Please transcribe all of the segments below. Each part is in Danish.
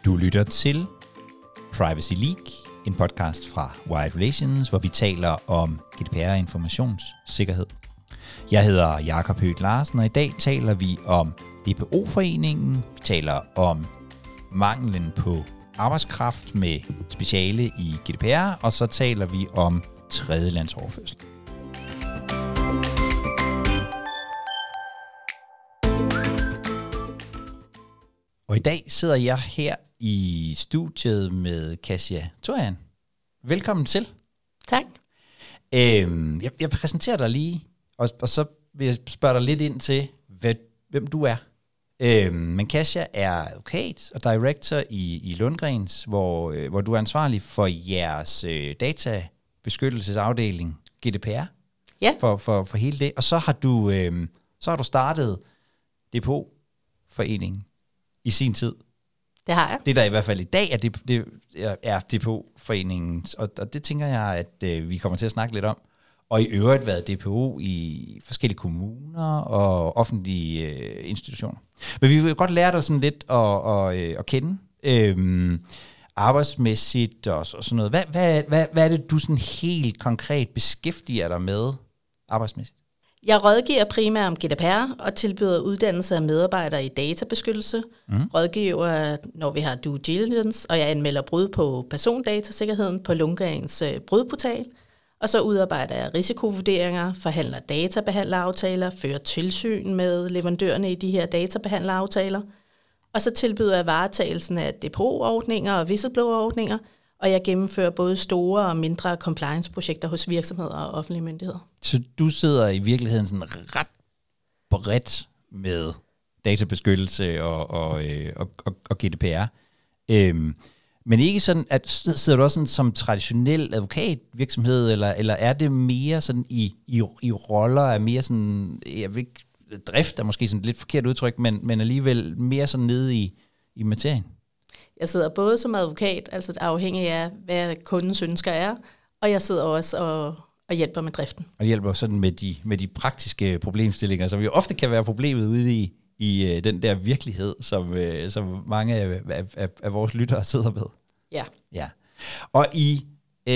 Du lytter til Privacy League, en podcast fra Wired Relations, hvor vi taler om GDPR og informationssikkerhed. Jeg hedder Jakob Høgh Larsen, og i dag taler vi om DPO-foreningen. Vi taler om manglen på arbejdskraft med speciale i GDPR, og så taler vi om tredjelandsoverførsel. Og i dag sidder jeg her i studiet med Kasia Thorian. Velkommen til. Tak. Jeg præsenterer dig lige, og så vil jeg spørge dig lidt ind til, hvem du er. Men Kasia er advokat og director i Lundgrens, hvor du er ansvarlig for jeres databeskyttelsesafdeling GDPR. Ja. For hele det. Og så har du startet DPO-foreningen i sin tid. Det har jeg. Det der i hvert fald i dag er DPO-foreningen, og det tænker jeg, at vi kommer til at snakke lidt om. Og i øvrigt været DPO i forskellige kommuner og offentlige institutioner. Men vi vil godt lære dig sådan lidt at kende arbejdsmæssigt og sådan noget. Hvad er det, du sådan helt konkret beskæftiger dig med arbejdsmæssigt? Jeg rådgiver primært om GDPR og tilbyder uddannelse af medarbejdere i databeskyttelse. Rådgiver, når vi har due diligence, og jeg anmelder brud på persondatasikkerheden på Lundgrens brudportal. Og så udarbejder jeg risikovurderinger, forhandler databehandleraftaler, fører tilsyn med leverandørerne i de her databehandleraftaler. Og så tilbyder jeg varetagelsen af depotordninger og whistleblowerordninger, og jeg gennemfører både store og mindre compliance-projekter hos virksomheder og offentlige myndigheder. Så du sidder i virkeligheden sådan ret bredt med databeskyttelse og GDPR. Men ikke sådan, at sidder du også sådan som traditionel advokatvirksomhed, eller er det mere sådan i roller af mere sådan, jeg ved ikke, drift er måske sådan et lidt forkert udtryk, men alligevel mere sådan nede i materien? Jeg sidder både som advokat, altså afhængig af, hvad kundens ønsker er, og jeg sidder også og hjælper med driften. Og hjælper sådan med de praktiske problemstillinger, som jo ofte kan være problemet ude i den der virkelighed, som mange af vores lyttere sidder med. Ja. Og i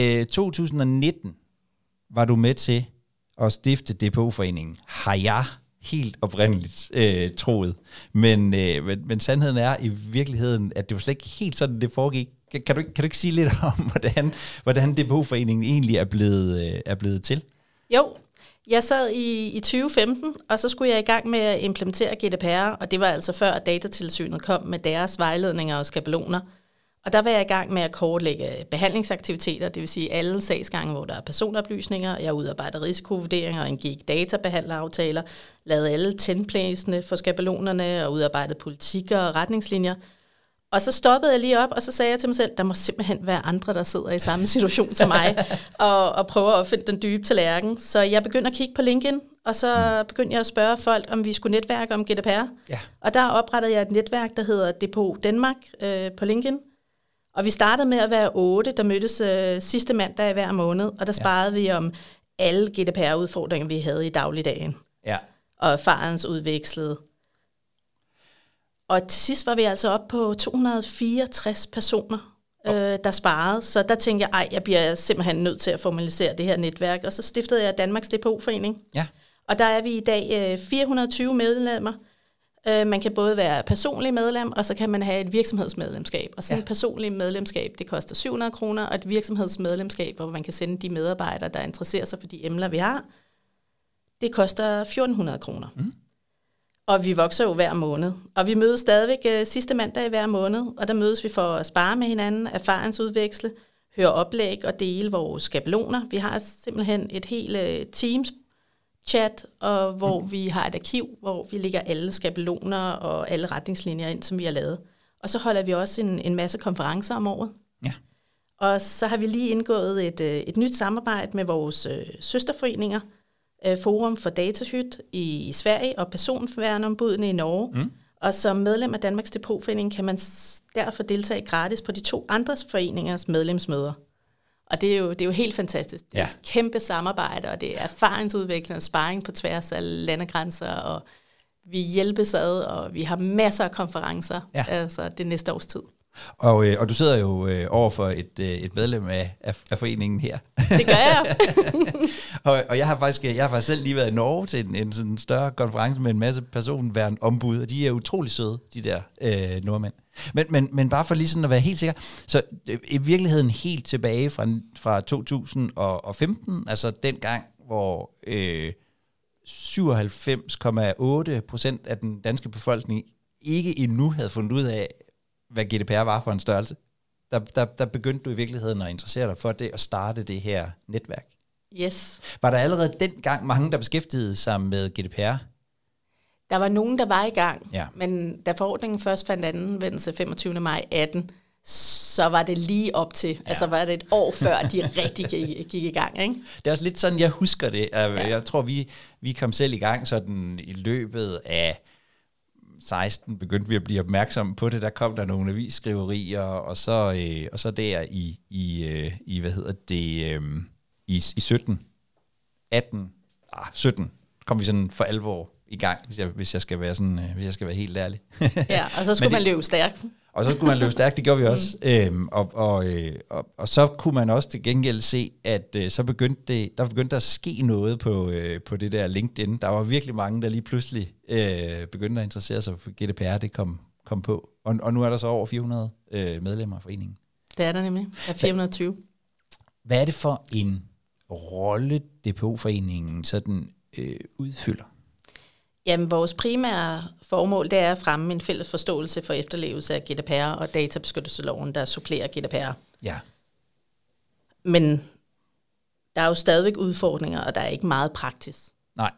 2019 var du med til at stifte DPO-foreningen, har jeg helt oprindeligt troet. Men sandheden er i virkeligheden, at det var slet ikke helt sådan, det foregik. Kan du ikke sige lidt om, hvordan DPO-foreningen egentlig er blevet til? Jo, jeg sad i 2015, og så skulle jeg i gang med at implementere GDPR, og det var altså før, at Datatilsynet kom med deres vejledninger og skabeloner. Og der var jeg i gang med at kortlægge behandlingsaktiviteter, det vil sige alle sagsgange, hvor der er personoplysninger. Jeg udarbejdede risikovurderinger og indgik databehandleraftaler, lavede alle template'ene for skabelonerne og udarbejdede politikker og retningslinjer. Og så stoppede jeg lige op, og så sagde jeg til mig selv, der må simpelthen være andre, der sidder i samme situation som mig, og prøver at finde den dybe tallerken. Så jeg begyndte at kigge på LinkedIn, og så begyndte jeg at spørge folk, om vi skulle netværke om GDPR. Ja. Og der oprettede jeg et netværk, der hedder DPO Danmark på LinkedIn. Og vi startede med at være 8, der mødtes sidste mandag i hver måned, og der sparede vi om alle GDPR-udfordringer, vi havde i dagligdagen. Ja. Og erfarens udvekslede. Og til sidst var vi altså oppe på 264 personer, der sparede. Så der tænkte jeg bliver simpelthen nødt til at formalisere det her netværk. Og så stiftede jeg Danmarks DPO-forening. Ja. Og der er vi i dag 420 medlemmer. Man kan både være personlig medlem, og så kan man have et virksomhedsmedlemskab. Og sådan et personligt medlemskab, det koster 700 kroner, og et virksomhedsmedlemskab, hvor man kan sende de medarbejdere, der interesserer sig for de emner, vi har, det koster 1400 kroner. Og vi vokser jo hver måned. Og vi mødes stadigvæk sidste mandag i hver måned, og der mødes vi for at spare med hinanden, erfaringsudveksle, høre oplæg og dele vores skabeloner. Vi har simpelthen et helt Teams chat, og hvor vi har et arkiv, hvor vi lægger alle skabeloner og alle retningslinjer ind, som vi har lavet. Og så holder vi også en masse konferencer om året. Ja. Og så har vi lige indgået et nyt samarbejde med vores søsterforeninger, Forum for Dataskyt i Sverige og Personværneombudene i Norge. Og som medlem af Danmarks DPO-forening kan man derfor deltage gratis på de 2 andres foreningers medlemsmøder. Og det er jo helt fantastisk. Det er et kæmpe samarbejde, og det er erfaringsudveksling og sparring på tværs af landegrænser, og vi hjælpes ad, og vi har masser af konferencer, altså det næste års tid. Og du sidder jo over for et medlem af foreningen her. Det gør jeg. og jeg har faktisk selv lige været i Norge til en sådan større konference med en masse personværn ombud, og de er utrolig søde, de der nordmænd. Men bare for lige sådan at være helt sikker, så i virkeligheden helt tilbage fra 2015, altså den gang, hvor 97,8% af den danske befolkning ikke endnu havde fundet ud af, hvad GDPR var for en størrelse. Der begyndte du i virkeligheden at interessere dig for det og starte det her netværk. Yes. Var der allerede dengang mange, der beskæftigede sig med GDPR? Der var nogen, der var i gang, ja. Men da forordningen først fandt anvendelse 25. maj 18, så var det lige op til. Ja. Altså var det et år før, de rigtig gik i gang. Ikke? Det er også lidt sådan, jeg husker det. Jeg tror, vi kom selv i gang sådan i løbet af 16 begyndte vi at blive opmærksomme på det. Der kom der nogle avisskriverier, og så der i hvad hedder det, i 17, 18, 17 kom vi sådan for alvor i gang, hvis jeg skal være sådan, hvis jeg skal være helt ærlig. Ja, og så skulle man løbe stærkt. Og så skulle man løbe stærkt, det gjorde vi også. Og så kunne man også til gengæld se, at så begyndte der at ske noget på det der LinkedIn. Der var virkelig mange, der lige pludselig begyndte at interessere sig for GDPR, det kom på. Og nu er der så over 400 medlemmer af foreningen. Det er der nemlig. Der er 420. Hvad er det for en rolle, DPO-foreningen sådan udfylder? Jamen, vores primære formål, det er at fremme en fælles forståelse for efterlevelse af GDPR og databeskyttelsesloven, der supplerer GDPR. Ja. Men der er jo stadigvæk udfordringer, og der er ikke meget praksis. Nej.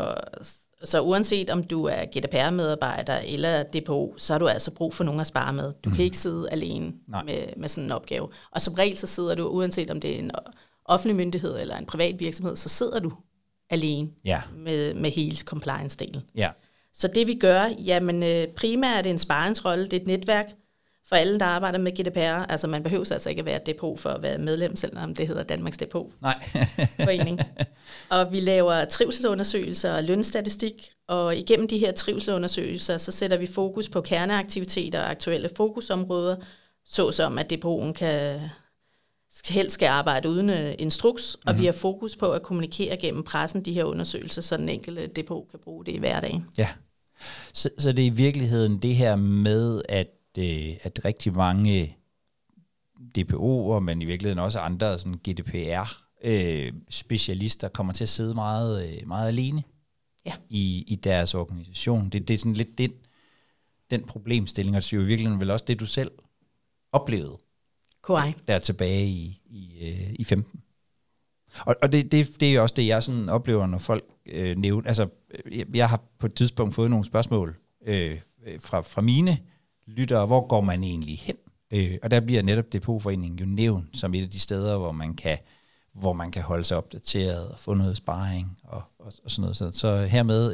Så uanset om du er GDPR-medarbejder eller DPO, så har du altså brug for nogen at spare med. Du kan ikke sidde alene med sådan en opgave. Og som regel så sidder du, uanset om det er en offentlig myndighed eller en privat virksomhed, så sidder du alene med hele compliance-delen. Ja. Så det vi gør, jamen primært er det en sparingsrolle, det er et netværk for alle, der arbejder med GDPR. Altså man behøver altså ikke at være DPO for at være medlem, selvom det hedder Danmarks DPO-forening. Og vi laver trivselsundersøgelser og lønstatistik, og igennem de her trivselsundersøgelser, så sætter vi fokus på kerneaktiviteter og aktuelle fokusområder, såsom at DPO'en helst skal arbejde uden instruks, og vi har fokus på at kommunikere gennem pressen de her undersøgelser, så den enkelte DPO kan bruge det i hverdagen. Ja, så det er i virkeligheden det her med, at rigtig mange DPO'er, men i virkeligheden også andre sådan GDPR-specialister kommer til at sidde meget, meget alene i deres organisation. Det er sådan lidt den problemstilling, og det er jo i virkeligheden vel også det, du selv oplevede. Korrekt. Der tilbage i 15. Og det er jo også det, jeg sådan oplever, når folk nævner. Altså, jeg har på et tidspunkt fået nogle spørgsmål fra mine lyttere, hvor går man egentlig hen? Og der bliver netop DPO-foreningen jo nævnt som et af de steder, hvor man kan holde sig opdateret og få noget sparring og sådan noget. Så hermed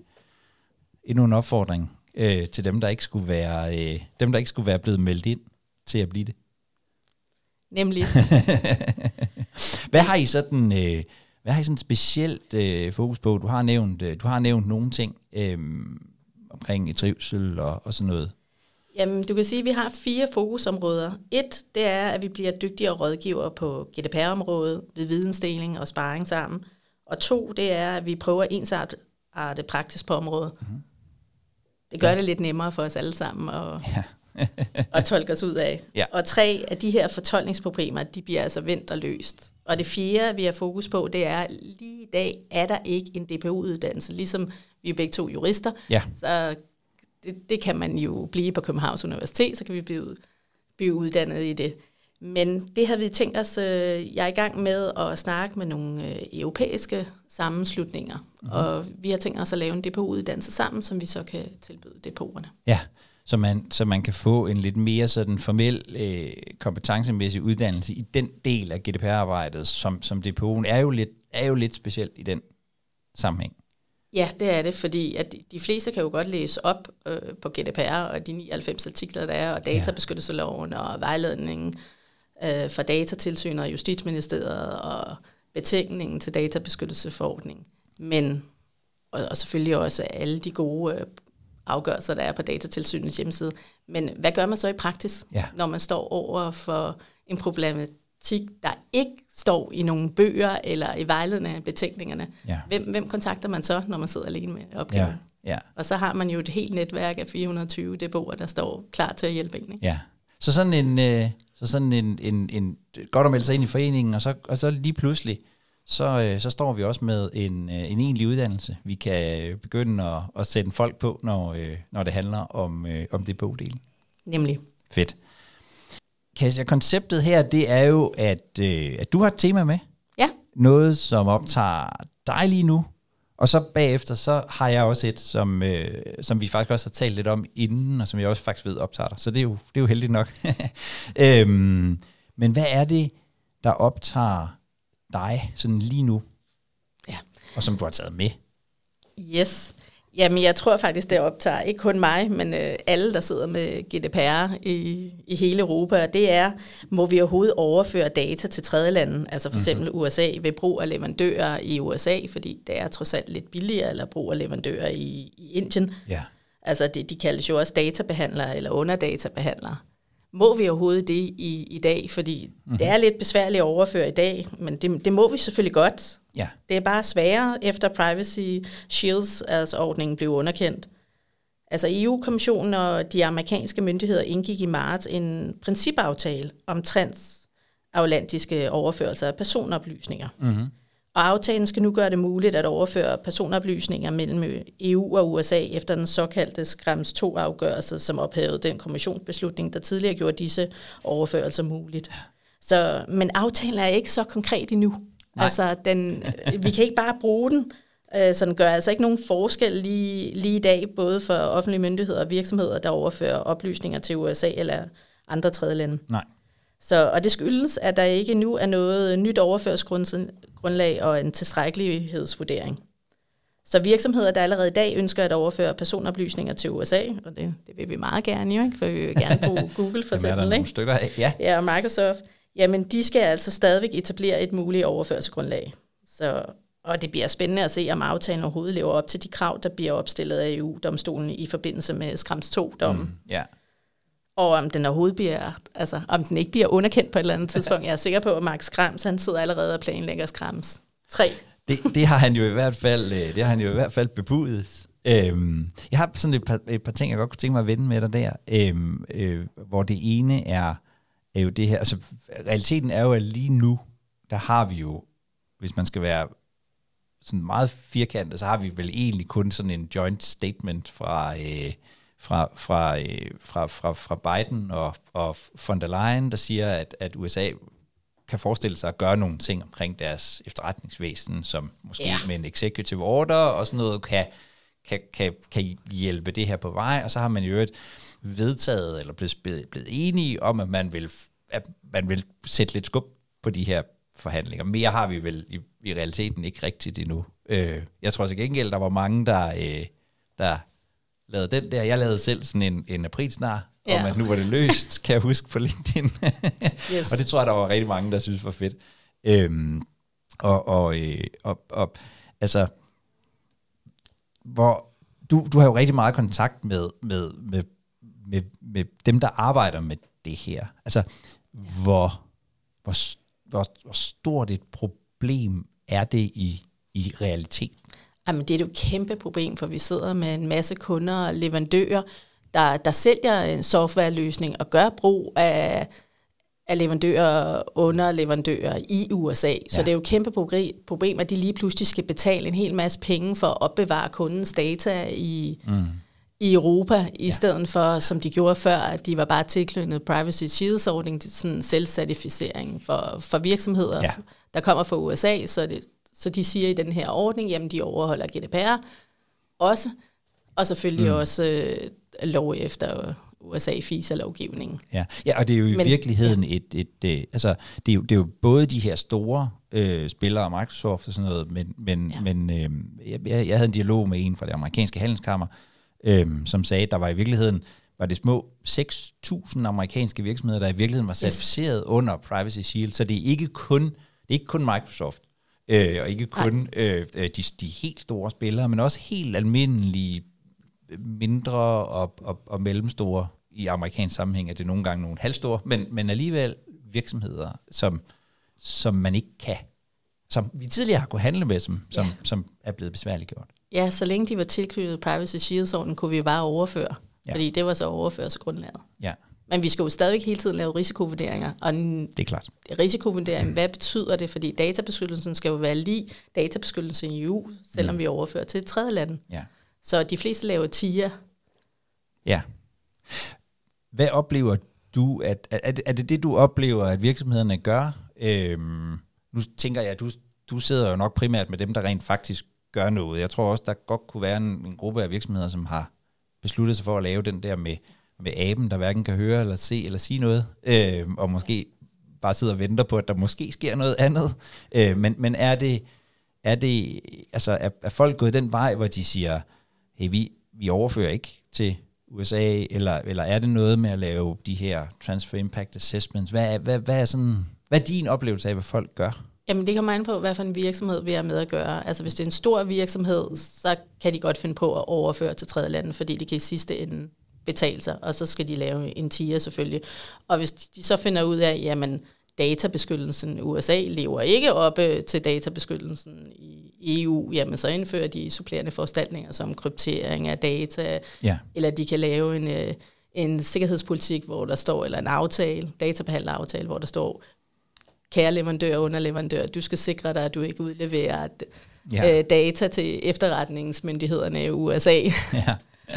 endnu en opfordring til dem, der ikke skulle være blevet meldt ind til at blive det. Nemlig. Hvad har I sådan specielt fokus på? Du har nævnt nogle ting omkring trivsel og sådan noget. Jamen, du kan sige, at vi har 4 fokusområder. 1, det er, at vi bliver dygtigere rådgivere på GDPR-området ved vidensdeling og sparring sammen. Og 2, det er, at vi prøver at ensarte praksis på området. Mm-hmm. Det gør det lidt nemmere for os alle sammen at tolke os ud af. Ja. Og 3 af de her fortolkningsproblemer, de bliver altså vendt og løst. Og det 4, vi har fokus på, det er, lige i dag er der ikke en DPO-uddannelse. Ligesom vi er begge 2 jurister, så det kan man jo blive på Københavns Universitet, så kan vi blive uddannet i det. Men det har vi tænkt os, jeg er i gang med at snakke med nogle europæiske sammenslutninger, og vi har tænkt os at lave en DPO-uddannelse sammen, som vi så kan tilbyde DPO'erne. Ja, så man kan få en lidt mere sådan formel kompetencemæssig uddannelse i den del af GDPR-arbejdet, som DPO'en er jo lidt specielt i den sammenhæng. Ja, det er det, fordi at de fleste kan jo godt læse op på GDPR og de 99 artikler, der er, og databeskyttelsesloven og vejledningen fra Datatilsynet og Justitsministeriet og betænkningen til databeskyttelsesforordningen. Men, og selvfølgelig også alle de gode afgørelser, der er på Datatilsynets hjemmeside. Men hvad gør man så i praksis, når man står over for en problematik, der ikke står i nogle bøger eller i vejledende af betænkningerne? Ja. Hvem kontakter man så, når man sidder alene med opgaven? Ja. Og så har man jo et helt netværk af 420 DBO'er, der står klar til at hjælpe en. Ikke? Ja. Så sådan en godt at melde sig ind i foreningen, og så lige pludselig, så står vi også med en egentlig uddannelse. Vi kan begynde at sætte folk på, når det handler om DBO-delen. Nemlig. Fedt. Kasia, konceptet her, det er jo, at du har et tema med. Ja. Noget, som optager dig lige nu. Og så bagefter, så har jeg også et, som vi faktisk også har talt lidt om inden, og som jeg også faktisk ved optager dig. Så det er jo heldigt nok. Men hvad er det, der optager dig sådan lige nu? Ja. Og som du har taget med? Yes. Jamen, jeg tror faktisk, det optager ikke kun mig, men alle, der sidder med GDPR i hele Europa. Og det er, må vi overhovedet overføre data til tredjelande, altså for eksempel USA, ved brug af leverandører i USA, fordi det er trods alt lidt billigere, eller brug af leverandører i Indien. Ja. Altså, de kaldes jo også databehandlere eller underdatabehandlere. Må vi overhovedet det i dag? Fordi det er lidt besværligt at overføre i dag, men det må vi selvfølgelig godt. Ja. Det er bare sværere, efter Privacy Shields ordningen blev underkendt. Altså EU-kommissionen og de amerikanske myndigheder indgik i marts en principaftale om transatlantiske overførelser af personoplysninger. Mm-hmm. Og aftalen skal nu gøre det muligt at overføre personoplysninger mellem EU og USA efter den såkaldte Schrems II-afgørelse, som ophævede den kommissionsbeslutning, der tidligere gjorde disse overførelser muligt. Men aftalen er ikke så konkret endnu. Nej. Altså, vi kan ikke bare bruge den, så den gør altså ikke nogen forskel lige i dag, både for offentlige myndigheder og virksomheder, der overfører oplysninger til USA eller andre tredjelande. Nej. Og det skyldes, at der ikke nu er noget nyt overførselsgrundlag og en tilstrækkelighedsvurdering. Så virksomheder, der allerede i dag ønsker at overføre personoplysninger til USA, og det vil vi meget gerne, jo, ikke? For vi vil gerne bruge Google for eksempel, der nogle stykker af, ja, og Microsoft, jamen de skal altså stadigvæk etablere et muligt overførselsgrundlag. Og det bliver spændende at se, om aftalen overhovedet lever op til de krav, der bliver opstillet af EU-domstolen i forbindelse med Schrems II-dommen. Ja. Og om den overhovedet om den ikke bliver underkendt på et eller andet tidspunkt. Jeg er sikker på, at Max Schrems, han sidder allerede og planlægger Schrems 3. Det har han jo i hvert fald bebudet. Jeg har sådan et par ting, jeg godt kunne tænke mig at vende med dig der, hvor det ene er jo det her. Altså, realiteten er jo, at lige nu, der har vi jo, hvis man skal være sådan meget firkantet, så har vi vel egentlig kun sådan en joint statement fra Biden og von der Leyen, der siger, at USA kan forestille sig at gøre nogle ting omkring deres efterretningsvæsen, som måske med en executive order og sådan noget kan hjælpe det her på vej. Og så har man jo vedtaget eller blevet enige om, at man vil sætte lidt skub på de her forhandlinger. Mere har vi vel i realiteten ikke rigtigt endnu. Jeg tror til gengæld, der var mange, der lavede den der. Jeg lavede selv sådan en aprilsnar, om at nu var det løst, kan jeg huske på LinkedIn. Yes. Og det tror jeg, der var rigtig mange, der synes var fedt. Altså, hvor du har jo rigtig meget kontakt med dem, der arbejder med det her. Altså, hvor stort et problem er det i realiteten? Jamen, det er jo et kæmpe problem, for vi sidder med en masse kunder og leverandører, der sælger en softwareløsning og gør brug af leverandører og underleverandører i USA. Så det er jo et kæmpe problem, at de lige pludselig skal betale en hel masse penge for at opbevare kundens data i Europa, i stedet for, som de gjorde før, at de var bare tilknyttet Privacy Shields-ordning til sådan en selvcertificering for virksomheder, der kommer fra USA, så de siger i den her ordning, jamen de overholder GDPR også, og selvfølgelig også lov efter USA-FISA-lovgivningen. Ja, og det er jo i virkeligheden altså det er jo både de her store spillere, Microsoft og sådan noget, men jeg havde en dialog med en fra det amerikanske handelskammer, som sagde, at der var i virkeligheden det små 6.000 amerikanske virksomheder, der i virkeligheden var certificeret under Privacy Shield, så det er ikke kun Microsoft, og ikke kun de helt store spillere, men også helt almindelige mindre og mellemstore i amerikansk sammenhæng, at det er nogle gange nogle halvstore, men alligevel virksomheder, som man ikke kan, som vi tidligere har kunnet handle med, som er blevet besværligt gjort. Ja, så længe de var tilknyttet Privacy Shield-ordningen, kunne vi bare overføre, fordi det var så overførselsgrundlaget. Ja. Men vi skal jo stadigvæk hele tiden lave risikovurderinger. Og det er klart. Risikovurdering, hvad betyder det? Fordi databeskyttelsen skal jo være lige databeskyttelsen i EU, selvom vi overfører til et tredje land. Ja. Så de fleste laver TIA. Ja. Hvad oplever du, er det du oplever, at virksomhederne gør? Nu tænker jeg, at du sidder jo nok primært med dem, der rent faktisk gør noget. Jeg tror også, der godt kunne være en gruppe af virksomheder, som har besluttet sig for at lave den der med aben, der hverken kan høre eller se eller sige noget, og måske bare sidder og venter på, at der måske sker noget andet. Men er det altså er folk gået den vej, hvor de siger, hey, vi overfører ikke til USA, eller er det noget med at lave de her transfer impact assessments? Hvad er din oplevelse af, hvad folk gør? Jamen det kommer an på, hvad for en virksomhed vi er med at gøre. Altså hvis det er en stor virksomhed, så kan de godt finde på at overføre til tredje lande, fordi de kan i sidste ende betale sig, og så skal de lave en TIA selvfølgelig. Og hvis de så finder ud af, jamen databeskyttelsen i USA lever ikke op til databeskyttelsen i EU, jamen så indfører de supplerende foranstaltninger som kryptering af data, eller de kan lave en sikkerhedspolitik, hvor der står, eller en aftale, databehandleraftale, hvor der står, kære leverandør og underleverandør, du skal sikre dig, at du ikke udleverer data til efterretningsmyndighederne i USA. Ja.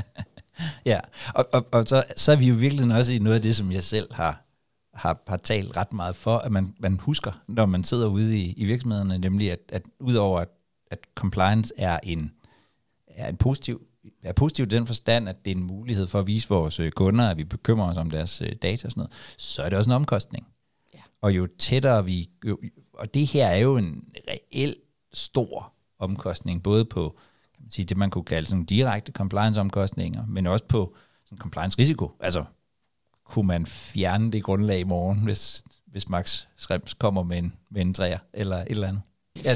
Ja, og så er vi jo virkelig også i noget af det, som jeg selv har talt ret meget for, at man husker, når man sidder ude i virksomhederne, nemlig at udover at compliance er en positiv i den forstand, at det er en mulighed for at vise vores kunder, at vi bekymrer os om deres data og sådan noget, så er det også en omkostning. Ja. Og jo tættere og det her er jo en reel stor omkostning, både på det, man kunne kalde sådan direkte compliance-omkostninger, men også på sådan compliance-risiko. Altså, kunne man fjerne det grundlag i morgen, hvis Max Schrems kommer med en træer eller et eller andet?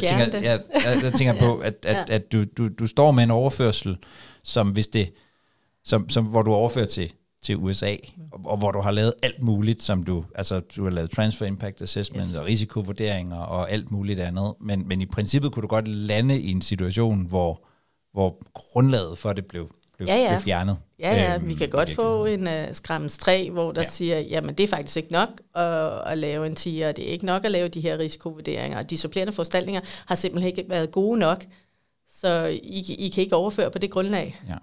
Jeg tænker på, at du står med en overførsel, som hvis det, som hvor du overfører til USA, og hvor du har lavet alt muligt, som du har lavet transfer impact assessment og risikovurderinger og alt muligt andet, men i princippet kunne du godt lande i en situation, hvor grundlaget for det blev fjernet. Ja, vi kan godt få en Schrems 3, hvor der siger, jamen det er faktisk ikke nok at lave en TIA, og det er ikke nok at lave de her risikovurderinger, og de supplerende foranstaltninger har simpelthen ikke været gode nok, så I kan ikke overføre på det grundlag. Ja.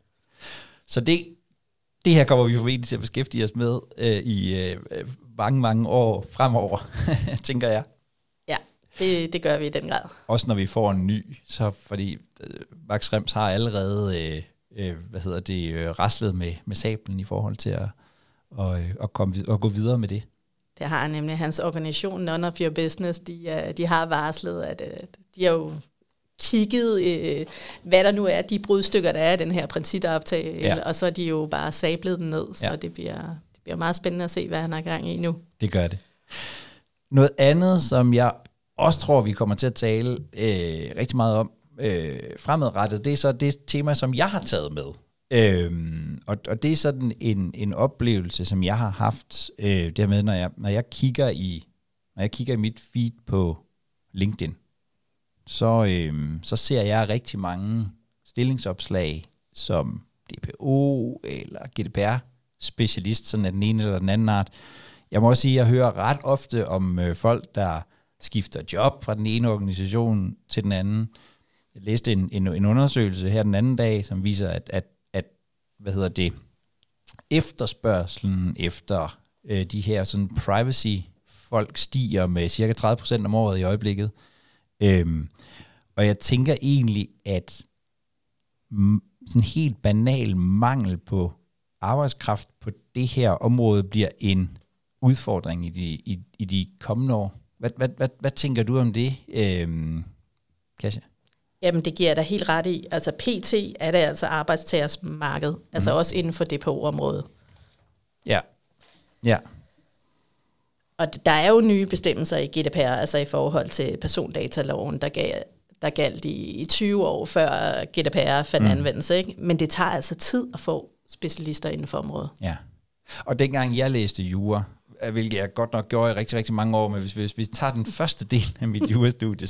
Så det her kommer vi formentlig til at beskæftige os med i mange år fremover, tænker jeg. Ja, det gør vi i den grad. Også når vi får en ny, så fordi Max Schrems har allerede raslet med sablen i forhold til at gå videre med det. Det har nemlig hans organisation, None of Your Business, de har varslet, at de har jo kigget, hvad der nu er, de brudstykker, der er i den her principaftale, og så er de jo bare sablet den ned, så det bliver meget spændende at se, hvad han har gang i nu. Det gør det. Noget andet, som jeg også tror, vi kommer til at tale rigtig meget om fremadrettet, det er så det tema, som jeg har taget med. Og det er sådan en oplevelse, som jeg har haft dermed, når jeg kigger i mit feed på LinkedIn, så ser jeg rigtig mange stillingsopslag som DPO eller GDPR-specialist, sådan af den ene eller den anden art. Jeg må også sige, at jeg hører ret ofte om folk, der skifter job fra den ene organisation til den anden. Jeg læste en undersøgelse her den anden dag, som viser, at efterspørgselen efter de her sådan privacy-folk stiger med cirka 30% om året i øjeblikket. Og jeg tænker egentlig, at sådan helt banal mangel på arbejdskraft på det her område bliver en udfordring i de kommende år. Hvad tænker du om det, Kasia? Jamen, det giver jeg dig helt ret i. Altså, PT er det altså arbejdstagers marked, altså også inden for DPO-området. Ja. Ja. Og der er jo nye bestemmelser i GDPR, altså i forhold til persondataloven, der galt i 20 år før GDPR fandt anvendelse, ikke? Men det tager altså tid at få specialister inden for området. Ja, og dengang jeg læste jura, hvilket jeg godt nok gjorde i rigtig, rigtig mange år, men hvis vi tager den første del af mit jurastudie,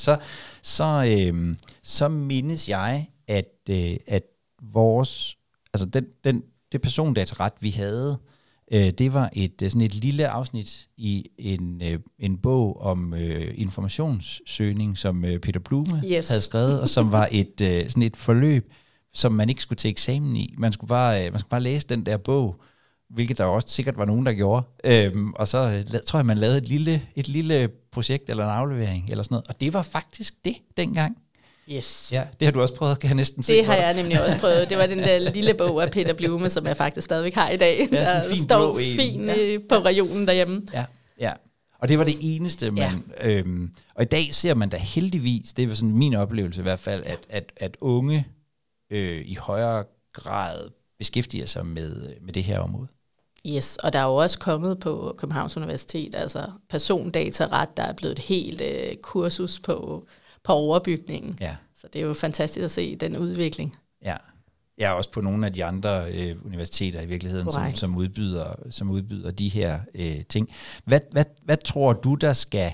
så mindes jeg, at vores, altså det persondataret, vi havde, det var sådan et lille afsnit i en bog om informationssøgning, som Peter Blume havde skrevet, og som var sådan et forløb, som man ikke skulle til eksamen i. Man skulle bare læse den der bog, hvilket der også sikkert var nogen, der gjorde. Og så tror jeg, man lavede et lille projekt eller en aflevering eller sådan noget. Og det var faktisk det dengang. Yes. Ja, det har du også prøvet, kan jeg næsten se. Det har jeg nemlig også prøvet. Det var den der lille bog af Peter Blume, som jeg faktisk stadigvæk har i dag. Ja, der fin står fin på regionen derhjemme. Ja. Og det var det eneste, man... og i dag ser man da heldigvis, det var sådan min oplevelse i hvert fald, at unge i højere grad beskæftiger sig med det her område. Yes, og der er jo også kommet på Københavns Universitet, altså persondataret, der er blevet et helt kursus på overbygningen. Ja. Så det er jo fantastisk at se den udvikling. Ja, også på nogle af de andre universiteter i virkeligheden, som udbyder de her ting. Hvad tror du, der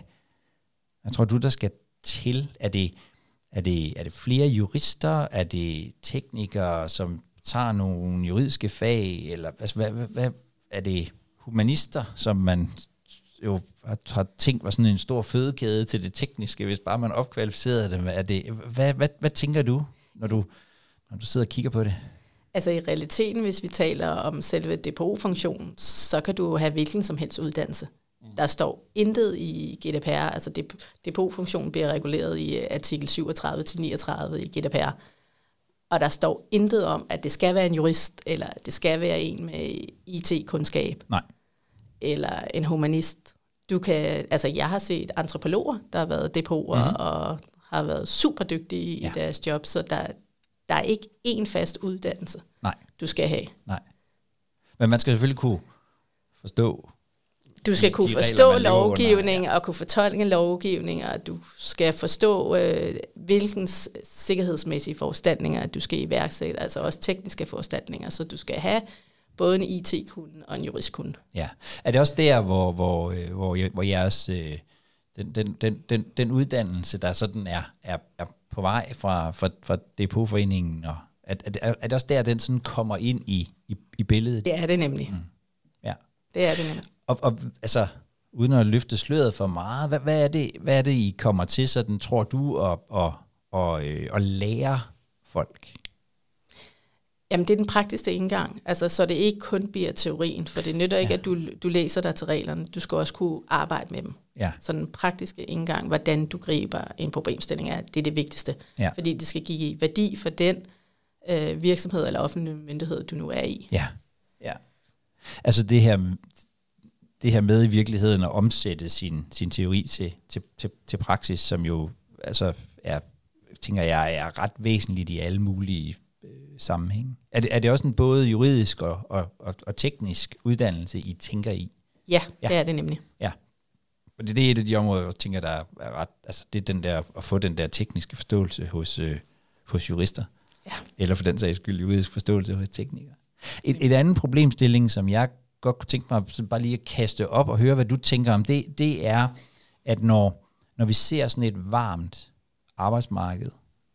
skal til? Er det flere jurister? Er det teknikere, som tager nogle juridiske fag? Eller hvad er det humanister, som man jo har tænkt var sådan en stor fødekæde til det tekniske, hvis bare man opkvalificerede dem? Hvad tænker du, når du sidder og kigger på det? Altså i realiteten, hvis vi taler om selve DPO-funktionen, så kan du have hvilken som helst uddannelse. Der står intet i GDPR, altså DPO-funktionen bliver reguleret i artikel 37-39 i GDPR. Og der står intet om, at det skal være en jurist, eller det skal være en med IT-kundskab. Nej. Eller en humanist. Jeg har set antropologer, der har været DPO'er og har været super dygtige i deres job, så der er ikke én fast uddannelse, du skal have. Nej. Men man skal selvfølgelig kunne forstå. Du skal kunne forstå lovgivning og kunne fortolke lovgivning, og du skal forstå, hvilken sikkerhedsmæssige foranstaltninger du skal iværksætte, altså også tekniske foranstaltninger, så du skal have både en IT-kunde og en juristkunde. Ja. Er det også der, hvor jeres den uddannelse, der sådan er på vej fra DPO-foreningen, og er det også der, den sådan kommer ind i billedet? Det er det nemlig. Ja. Det er det nemlig. Og altså, uden at løfte sløret for meget, hvad er det, I kommer til, sådan, tror du, at lære folk? Jamen, det er den praktiske indgang. Altså, så det ikke kun bliver teorien, for det nytter ikke, at du læser dig til reglerne. Du skal også kunne arbejde med dem. Ja. Så den praktiske indgang, hvordan du griber en problemstilling, det er det vigtigste. Ja. Fordi det skal give værdi for den virksomhed eller offentlige myndighed, du nu er i. Ja. Altså det her med i virkeligheden at omsætte sin teori til praksis, som jo altså tænker jeg er ret væsentligt i alle mulige sammenhænge. Er det også en både juridisk og teknisk uddannelse, I tænker i? Ja, det er det nemlig. Ja. Og det er et af de områder, jeg tænker, der er ret, altså det er den der, at få den der tekniske forståelse hos jurister. Ja. Eller for den sags skyld juridisk forståelse hos teknikere. Et andet problemstilling, som jeg godt kunne tænke mig bare lige at kaste op og høre, hvad du tænker om, det er, at når vi ser sådan et varmt arbejdsmarked,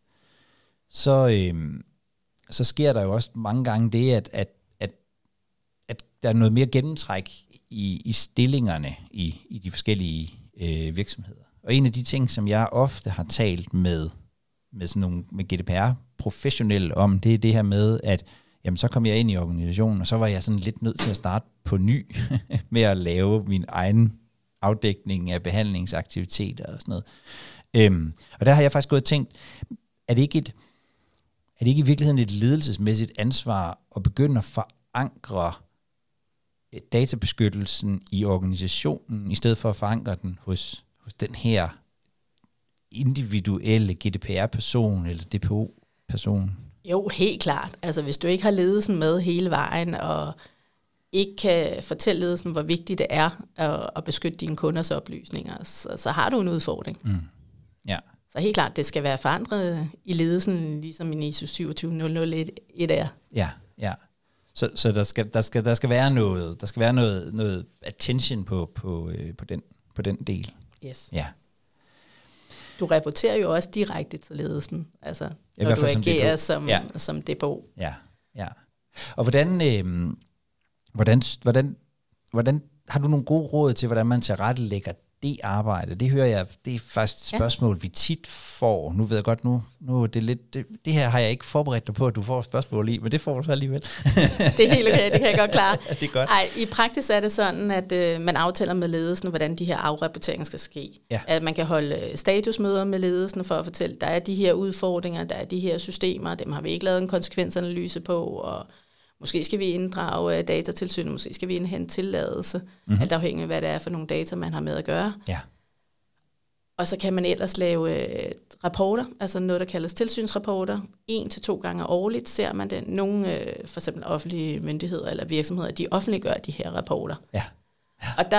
så sker der jo også mange gange det, at der er noget mere gennemtræk i stillingerne i de forskellige virksomheder. Og en af de ting, som jeg ofte har talt med sådan nogle med GDPR-professionelle om, det er det her med, at jamen, så kom jeg ind i organisationen, og så var jeg sådan lidt nødt til at starte på ny med at lave min egen afdækning af behandlingsaktiviteter og sådan noget. Og der har jeg faktisk gået og tænkt, er det ikke i virkeligheden et ledelsesmæssigt ansvar at begynde at forankre databeskyttelsen i organisationen, i stedet for at forankre den hos den her individuelle GDPR-person eller DPO-person? Jo, helt klart. Altså hvis du ikke har ledelsen med hele vejen, og ikke kan fortælle ledelsen, hvor vigtigt det er at beskytte dine kunders oplysninger, så har du en udfordring. Ja. Så helt klart, det skal være forandret i ledelsen, ligesom i ISO 27001 er. Ja. Så der skal være noget attention på den del. Yes. Ja. Du rapporterer jo også direkte til ledelsen, altså når du agerer som depot. Ja. Og hvordan har du nogle gode råd til, hvordan man tilrettelægger det arbejde? Det hører jeg, det er faktisk et spørgsmål, vi tit får. Nu ved jeg godt, nu er det lidt, det her har jeg ikke forberedt dig på, at du får et spørgsmål i, men det får du så alligevel. Det er helt okay, det kan jeg godt klare. Det er godt. I praksis er det sådan, at man aftaler med ledelsen, hvordan de her afrapporteringer skal ske. Ja. At man kan holde statusmøder med ledelsen for at fortælle, der er de her udfordringer, der er de her systemer, dem har vi ikke lavet en konsekvensanalyse på, og måske skal vi inddrage datatilsynet, måske skal vi indhente tilladelse, alt afhængig af, hvad det er for nogle data, man har med at gøre. Ja. Og så kan man ellers lave rapporter, altså noget, der kaldes tilsynsrapporter. 1 til 2 gange årligt ser man det. Nogle, for eksempel offentlige myndigheder eller virksomheder, de offentliggør de her rapporter. Ja. Og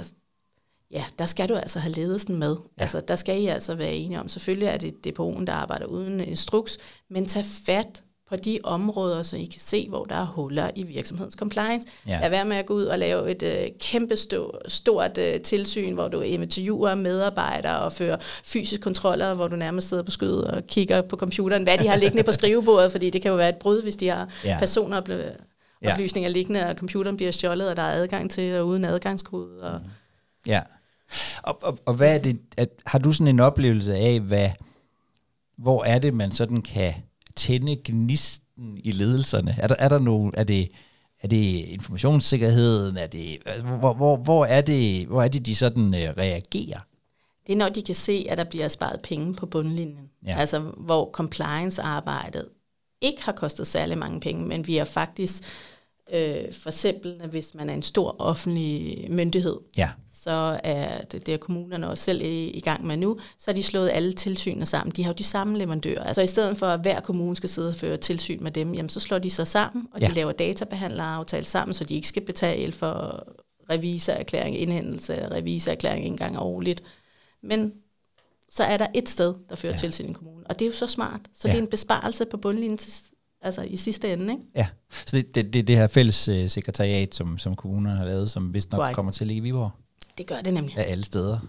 der skal du altså have ledelsen med. Ja. Altså, der skal I altså være enige om. Selvfølgelig er det depoten, der arbejder uden instruks, men tag fat på de områder, så I kan se, hvor der er huller i virksomhedens compliance. Ja. Lad være med at gå ud og lave et kæmpe stort tilsyn, hvor du interviewer medarbejdere og fører fysisk kontroller, hvor du nærmest sidder på skødet og kigger på computeren, hvad de har liggende på skrivebordet, fordi det kan jo være et brud, hvis de har personoplysninger liggende, og computeren bliver stjålet, og der er adgang til, og uden adgangskode. Og ja. Og hvad er det, har du sådan en oplevelse af, hvor er det, man sådan kan tænde gnisten i ledelserne? Er der nogen, er det informationssikkerheden? Er det, hvor er det, de sådan reagerer? Det er, når de kan se, at der bliver sparet penge på bundlinjen. Ja. Altså, hvor compliance-arbejdet ikke har kostet særlig mange penge, men vi har faktisk, for eksempel, hvis man er en stor offentlig myndighed, så er det er kommunerne også selv i gang med nu, så har de slået alle tilsynene sammen. De har jo de samme leverandører. Altså i stedet for, at hver kommune skal sidde og føre tilsyn med dem, jamen, så slår de sig sammen, og de laver databehandleraftale sammen, så de ikke skal betale for revisorerklæring, indhentelse af revisorerklæring en gang årligt. Men så er der et sted, der fører tilsyn i kommunen. Og det er jo så smart. Så det er en besparelse på bundlinjen altså i sidste ende, ikke? Ja, så det her fælles sekretariat, som kommunerne har lavet, som vist nok kommer til at ligge i Viborg. Det gør det nemlig. Af alle steder.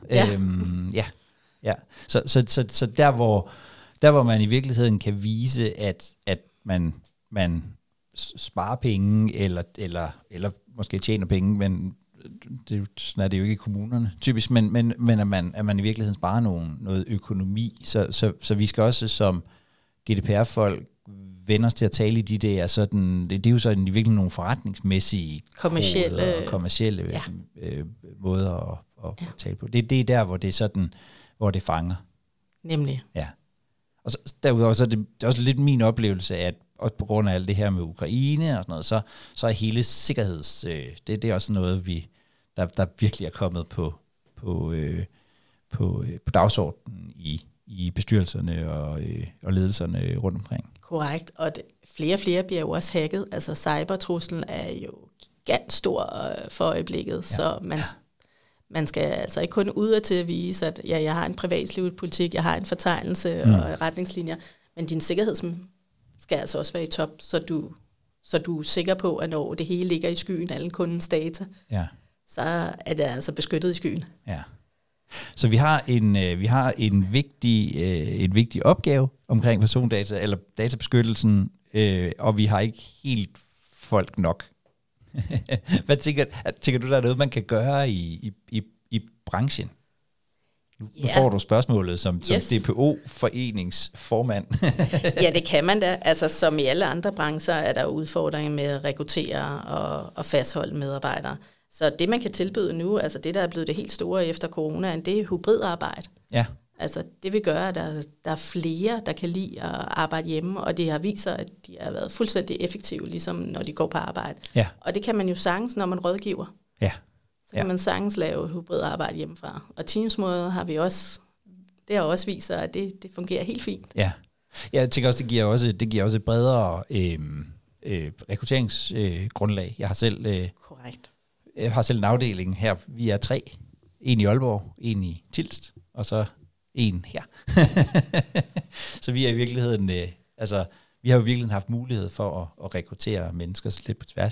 Ja. Så der hvor man i virkeligheden kan vise, at man sparer penge, eller måske tjener penge, men sådan er det jo ikke i kommunerne typisk, men at man i virkeligheden sparer noget økonomi. Så vi skal også som GDPR-folk vende os til at tale i de der sådan, det er jo sådan i virkeligheden nogle forretningsmæssige kommercielle måder at tale på. Det er der, hvor det er sådan, hvor det fanger. Nemlig. Ja. Og så, derudover så er det også lidt min oplevelse, at også på grund af alt det her med Ukraine og sådan noget, så er hele sikkerheds, det er også noget, der virkelig er kommet på dagsordenen i bestyrelserne og ledelserne rundt omkring. Korrekt, og flere og flere bliver jo også hacket. Altså cybertruslen er jo gigant stor for øjeblikket, så man skal altså ikke kun ud til at vise, at jeg har en privatlivspolitik, jeg har en fortegnelse og retningslinjer, men din sikkerhed skal altså også være i top, så du er sikker på, at når det hele ligger i skyen, alle kundens data, så er det altså beskyttet i skyen. Ja. Så vi har en vigtig opgave omkring persondata, eller databeskyttelsen, og vi har ikke helt folk nok. Hvad tænker du, der er noget, man kan gøre i branchen? Nu får du spørgsmålet som DPO-foreningsformand. Ja, det kan man da. Altså, som i alle andre brancher er der udfordringer med at rekruttere og fastholde medarbejdere. Så det, man kan tilbyde nu, altså det, der er blevet det helt store efter coronaen, det er hybridarbejde. Ja. Altså, det vil gøre, at der er flere, der kan lide at arbejde hjemme, og det har vist sig, at de har været fuldstændig effektive, ligesom når de går på arbejde. Ja. Og det kan man jo sagtens, når man rådgiver. Ja. Så kan man sagtens lave hybridarbejde hjemmefra. Og Teams-måder har vi også, det har også vist sig, at det fungerer helt fint. Ja. Jeg tænker også, det giver også et bredere rekrutteringsgrundlag. Jeg har selv... Korrekt. Jeg har selv en afdeling her. Vi er 3. En i Aalborg, en i Tilst, og så en her. Så vi er i virkeligheden, vi har jo virkelig haft mulighed for at rekruttere mennesker lidt på tværs.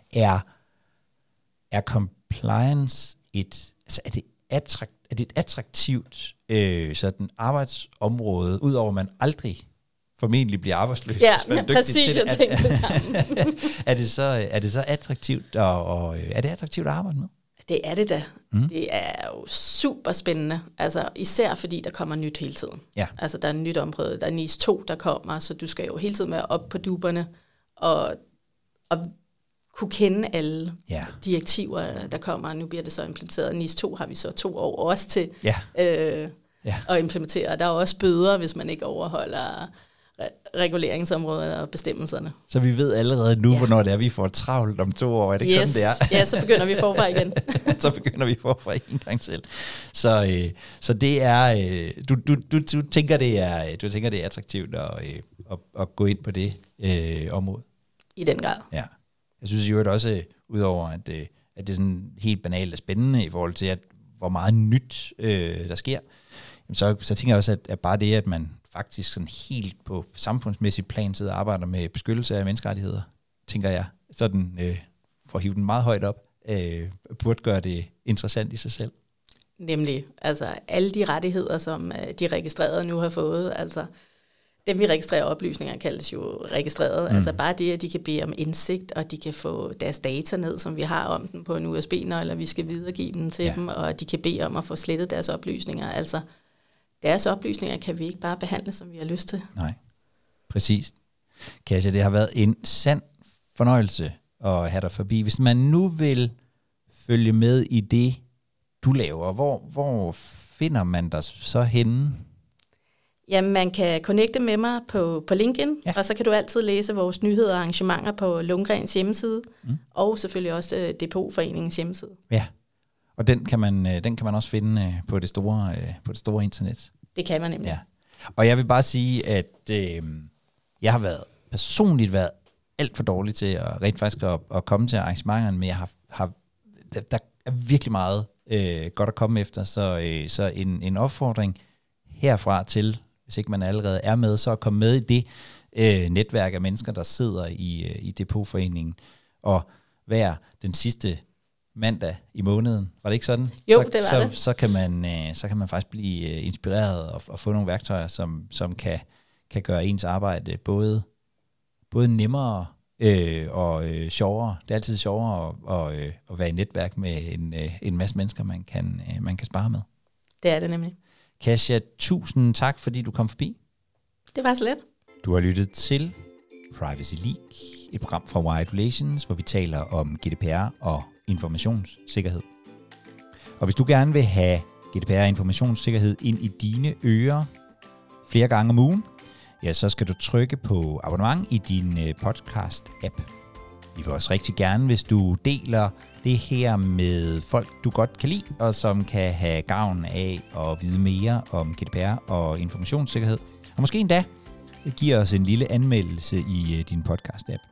Er compliance er det et attraktivt sådan arbejdsområde, udover at man aldrig formentlig bliver arbejdsløs? Ja, præcis, til det. Jeg tænkte det samme. er det så attraktivt, og er det attraktivt at arbejde med? Det er det da. Det er jo super spændende, altså især fordi der kommer nyt hele tiden. Ja. Altså der er nyt område, der er NIS 2, der kommer, så du skal jo hele tiden være op på duberne og kunne kende alle direktiver, der kommer. Nu bliver det så implementeret. NIS 2 har vi så 2 år også til at implementere. Der er også bøder, hvis man ikke overholder reguleringsområderne og bestemmelserne. Så vi ved allerede nu, hvornår det er, vi får travlt om 2 år. Er det ikke sådan, det er? Ja, så begynder vi forfra igen. Så begynder vi forfra en gang til. Så det er, du tænker, det er attraktivt at gå ind på det område? I den grad. Ja. Jeg synes jo også, udover at det er sådan helt banalt og spændende i forhold til, hvor meget nyt der sker, så tænker jeg også, at bare det, at man faktisk sådan helt på samfundsmæssigt plan sidder og arbejder med beskyttelse af menneskerettigheder, tænker jeg, sådan for at hive den meget højt op, burde gøre det interessant i sig selv. Nemlig, altså alle de rettigheder, som de registrerede nu har fået, altså dem vi registrerer oplysninger, kaldes jo registreret. Altså bare det, at de kan bede om indsigt, og de kan få deres data ned, som vi har om den på en USB-nøgle, eller vi skal videregive dem til dem, og de kan bede om at få slettet deres oplysninger. Altså deres oplysninger kan vi ikke bare behandle, som vi har lyst til. Nej, præcis. Kasia, det har været en sand fornøjelse at have dig forbi. Hvis man nu vil følge med i det, du laver, hvor finder man dig så henne? Jamen, man kan connecte med mig på LinkedIn, og så kan du altid læse vores nyheder og arrangementer på Lundgrens hjemmeside, og selvfølgelig også Depotforeningens hjemmeside. Ja, og den kan man også finde på det store internet. Det kan man nemlig. Ja. Og jeg vil bare sige, at jeg har personligt været alt for dårlig til rent faktisk at komme til arrangementerne, men jeg der er virkelig meget godt at komme efter, så en opfordring herfra til, hvis ikke man allerede er med, så at komme med i det netværk af mennesker, der sidder i Depotforeningen, og hver den sidste mandag i måneden. Var det ikke sådan? Jo, det var det. Så kan man faktisk blive inspireret og få nogle værktøjer, som kan gøre ens arbejde både nemmere og sjovere. Det er altid sjovere at være i netværk med en masse mennesker, man kan spare med. Det er det nemlig. Kasia, tusind tak, fordi du kom forbi. Det var så let. Du har lyttet til Privacy League, et program fra Wired Relations, hvor vi taler om GDPR og informationssikkerhed. Og hvis du gerne vil have GDPR og informationssikkerhed ind i dine ører flere gange om ugen, ja, så skal du trykke på abonnement i din podcast-app. Vi vil også rigtig gerne, hvis du deler det her med folk, du godt kan lide, og som kan have gavn af at vide mere om GDPR og informationssikkerhed. Og måske endda giver os en lille anmeldelse i din podcast-app.